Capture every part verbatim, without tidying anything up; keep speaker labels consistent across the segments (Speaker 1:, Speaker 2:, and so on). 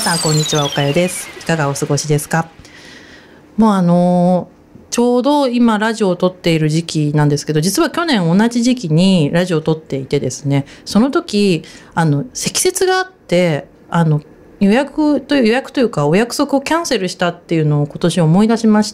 Speaker 1: さんこんにちは、おかゆです。いかがお過ごしですか？もうあのちょうど今ラジオを撮っている時期なんですけど、実は去年同じ時期にラジオを撮っていてですね、その時あの積雪があって、あの予約という予約というかお約束をキャンセルしたっていうのを今年思い出しまして、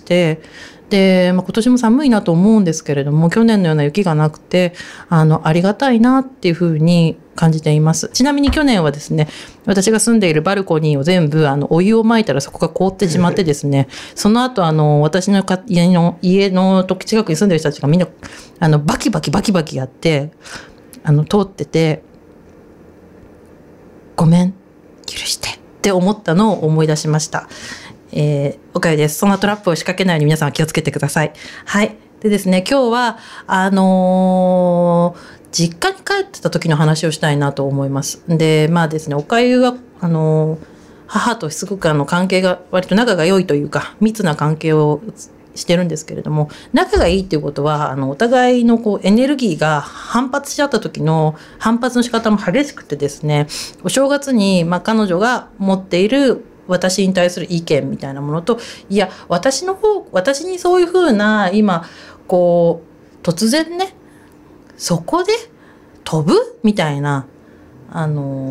Speaker 1: で、まあ、今年も寒いなと思うんですけれども、去年のような雪がなくて、あのありがたいなっていうふうに感じています。ちなみに去年はですね、私が住んでいるバルコニーを全部あのお湯をまいたらそこが凍ってしまってですね、その後あの私の家の家の近くに住んでる人たちがみんなあのバキバキバキバキやってあの通ってて、ごめん許してって思ったのを思い出しました。えー、おかゆです。そんなトラップを仕掛けないように皆さんは気をつけてください。はい。でですね、今日はあのー、実家に帰ってた時の話をしたいなと思います。で、まあですね、おかゆはあのー、母とすごくあの関係が割と仲が良いというか密な関係をしてるんですけれども、仲がいいっていうことはあのお互いのこうエネルギーが反発しちゃった時の反発の仕方も激しくてですね、お正月に、まあ、彼女が持っている私に対する意見みたいなものと、いや私の方私にそういうふうな今こう突然ねそこで飛ぶみたいなあ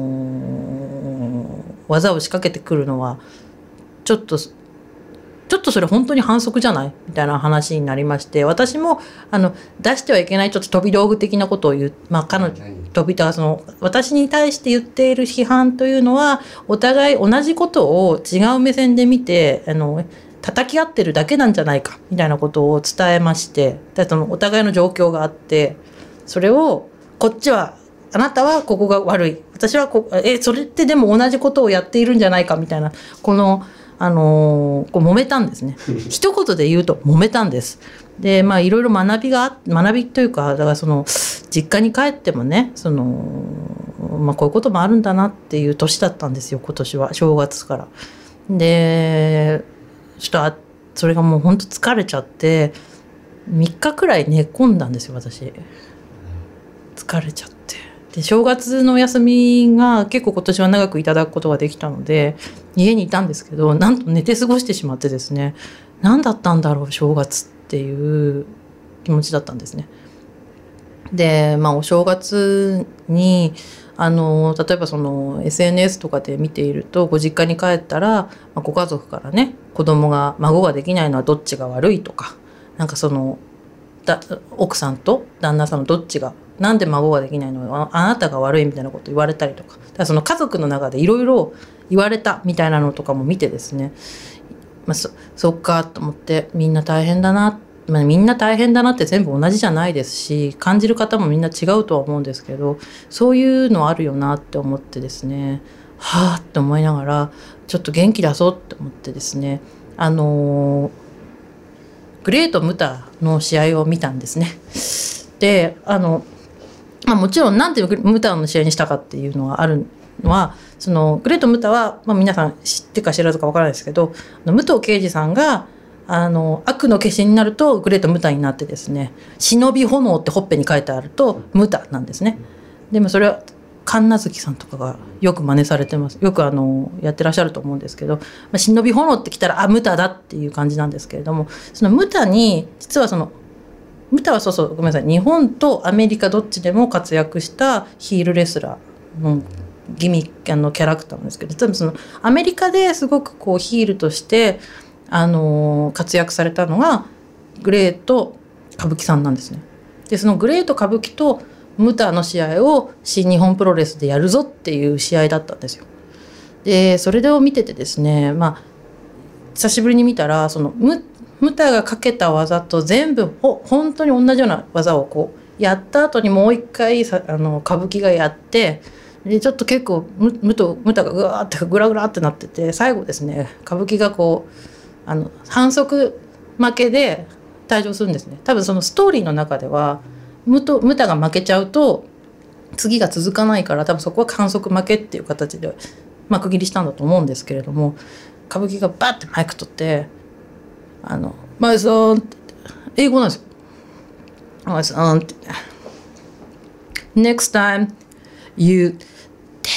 Speaker 1: のー、技を仕掛けてくるのはちょっとちょっとそれ本当に反則じゃないみたいな話になりまして、私もあの出してはいけないちょっと飛び道具的なことを言う、まあ彼女飛びたその私に対して言っている批判というのはお互い同じことを違う目線で見てあの叩き合ってるだけなんじゃないかみたいなことを伝えまして、でそのお互いの状況があって、それをこっちはあなたはここが悪い、私はこえそれってでも同じことをやっているんじゃないかみたいな、このあのー、こう揉めたんですね。一言で言うと揉めたんです。で、まあいろいろ学びが学びというか、だからその実家に帰ってもね、そのまあこういうこともあるんだなっていう年だったんですよ、今年は正月から。で、ちょっとあそれがもう本当疲れちゃってみっかくらい寝込んだんですよ、私。疲れちゃって。で正月のお休みが結構今年は長くいただくことができたので家にいたんですけど、なんと寝て過ごしてしまってですね、何だったんだろう正月っていう気持ちだったんですね。でまあお正月にあの例えばその エスエヌエス とかで見ていると、ご実家に帰ったら、まあ、ご家族からね、子供が孫ができないのはどっちが悪いとか、なんかそのだ奥さんと旦那さんのどっちがなんで孫ができないのはあなたが悪いみたいなこと言われたりとか、だからその家族の中でいろいろ言われたみたいなのとかも見てですね、まあ、そ, そっかと思って、みんな大変だな、まあ、みんな大変だなって全部同じじゃないですし、感じる方もみんな違うとは思うんですけど、そういうのあるよなって思ってですね、はあって思いながらちょっと元気出そうって思ってですね、あのー、グレート・ムタの試合を見たんですね。であのまあ、もちろんなんでムタの試合にしたかっていうのはあるのは、そのグレート・ムタは、まあ、皆さん知ってか知らずか分からないですけど、武藤敬司さんがあの悪の化身になるとグレート・ムタになってですね、忍び炎ってほっぺに書いてあるとムタなんですね。でもそれは神奈月さんとかがよく真似されてます。よくあのやってらっしゃると思うんですけど、まあ、忍び炎ってきたらあムタだっていう感じなんですけれども、そのムタに実はそのムタはそうそうごめんなさい、日本とアメリカどっちでも活躍したヒールレスラーのギミックのキャラクターなんですけど、多分そのアメリカですごくこうヒールとしてあの活躍されたのがグレート歌舞伎さんなんですね。でそのグレート歌舞伎とムタの試合を新日本プロレスでやるぞっていう試合だったんですよ。でそれを見ててですね、まあ久しぶりに見たら、そのムムタがかけた技と全部ほ本当に同じような技をこうやった後にもう一回さあの歌舞伎がやって、でちょっと結構ムムとムタがグワーってグラグラってなってて、最後ですね歌舞伎がこうあの反則負けで退場するんですね。多分そのストーリーの中ではムとムタが負けちゃうと次が続かないから、多分そこは反則負けっていう形で幕切りしたんだと思うんですけれども、歌舞伎がバッてマイク取ってあのマイソンって英語なんですよ。マイソンって Next time you death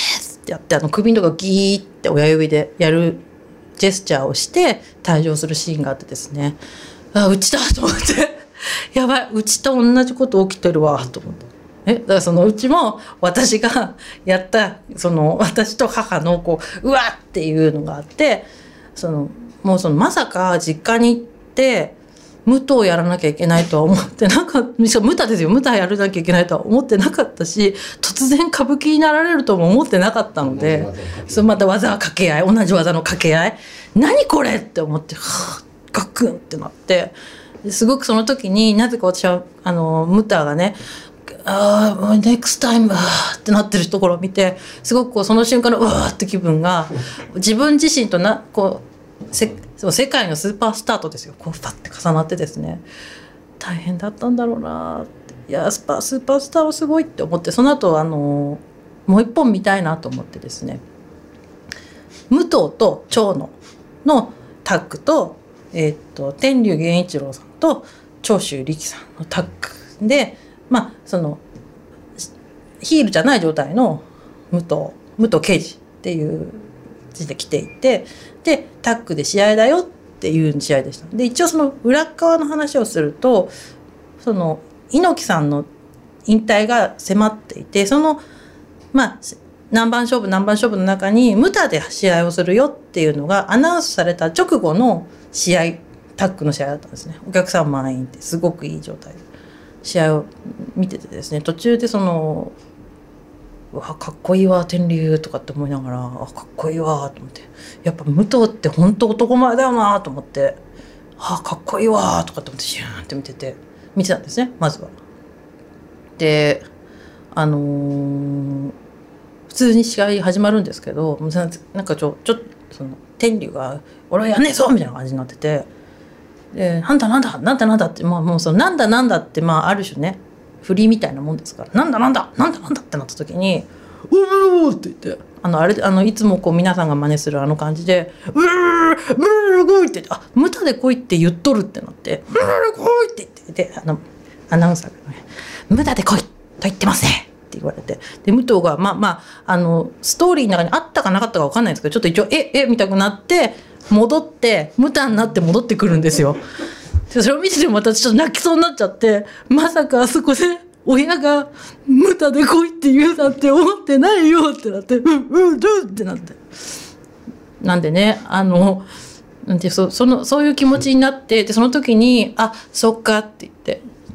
Speaker 1: ってやってあの首のとこギーって親指でやるジェスチャーをして退場するシーンがあってですね、あうちだと思ってやばいうちと同じこと起きてるわと思って、えだからそのうちも私がやったその私と母のこううわっていうのがあって、そのもうそのまさか実家に行ってムトをやらなきゃいけないとは思ってなかった。しかもムタですよ、ムタやらなきゃいけないとは思ってなかったし、突然歌舞伎になられるとも思ってなかったので、そまた技は掛け合い、同じ技の掛け合い、何これって思って、はぁガクンってなって、すごくその時になぜか私はあのムタがね、ああ、ネクストタイムってなってるところを見て、すごくこうその瞬間のうわーって気分が自分自身となこうせ世界のスーパースターとですよ、こうパッて重なってですね、大変だったんだろうなって、いやスパスーパースターはすごいって思って、その後あのもう一本見たいなと思ってですね、武藤と長野のタッグと、えー、っと天龍源一郎さんと長州力さんのタッグで、まあそのヒールじゃない状態の武藤武藤敬司っていう字で来ていて、でタッグで試合だよっていう試合でした。で一応その裏側の話をすると、その猪木さんの引退が迫っていて、そのまあ何番勝負何番勝負の中にムタで試合をするよっていうのがアナウンスされた直後の試合、タッグの試合だったんですね。お客さん満員ってすごくいい状態で試合を見ててですね、途中でそのうわかっこいいわ天竜とかって思いながら、あかっこいいわと思って、やっぱ武藤って本当男前だよなと思って、あかっこいいわとかって思ってシューンって見てて見てたんですね、まずは。であのー、普通に試合始まるんですけど、なんかちょちょっとその天竜が俺はやんねえぞみたいな感じになってて、でなんだなんだなんだなんだって、まあもうそのなんだなんだって、まあある種ね振りみたいなもんですから、なんだなんだなんだなんだってなった時にうーって言って、あのあれあのいつもこう皆さんが真似するあの感じでうーうー来いって言って、あムタで来いって言っとるってなって、うー来いって言って、であのアナウンサーがねムタで来いと言ってますねって言われて、で武藤がまあまああのストーリーの中にあったかなかったか分かんないんですけど、ちょっと一応ええみたくなって戻ってムタになって戻ってくるんですよ。それを見ててもまたちょっと泣きそうになっちゃって、まさかあそこで親がムタで来いって言うなんて思ってないよってなって、うんうんうんってなって、なんでねあのなんて そ, そのそういう気持ちになって、でその時にあそっかって言って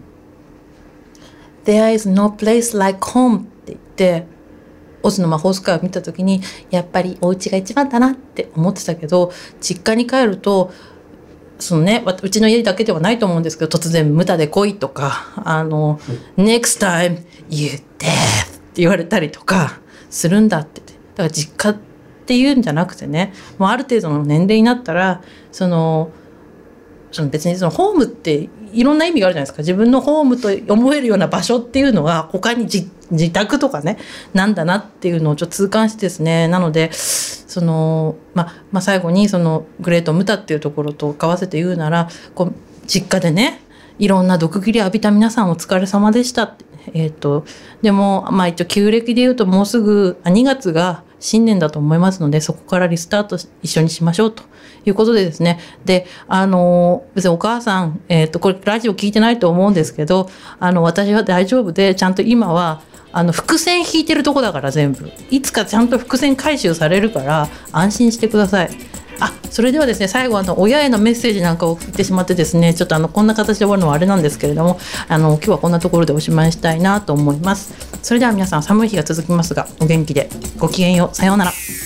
Speaker 1: There is no place like home って言って、オズの魔法使いを見た時にやっぱりお家が一番だなって思ってたけど、実家に帰るとそのね、うちの家だけではないと思うんですけど、突然ムタで来いとか、あの、うん、Next time you dead って言われたりとかするんだって言って、だから実家っていうんじゃなくてね、もうある程度の年齢になったらそのその別にそのホームっていろんな意味があるじゃないですか。自分のホームと思えるような場所っていうのは他に 自, 自宅とかねなんだなっていうのをちょっと痛感してですね、なのでその、ままあ、最後にそのグレートムタっていうところと交わせて言うなら、こう実家でねいろんな毒斬り浴びた皆さんお疲れ様でしたって、えー、とでもまあ一応旧暦で言うともうすぐにがつが新年だと思いますので、そこからリスタート一緒にしましょうということでですね。で、あの別にお母さん、えっとこれラジオ聞いてないと思うんですけど、あの私は大丈夫で、ちゃんと今はあの伏線引いてるとこだから、全部いつかちゃんと伏線回収されるから安心してください。あ、それではですね、最後あの親へのメッセージなんかを送ってしまってですね、ちょっとあのこんな形で終わるのはあれなんですけれども、あの今日はこんなところでおしまいしたいなと思います。それでは皆さん、寒い日が続きますがお元気でごきげんよう。さようなら。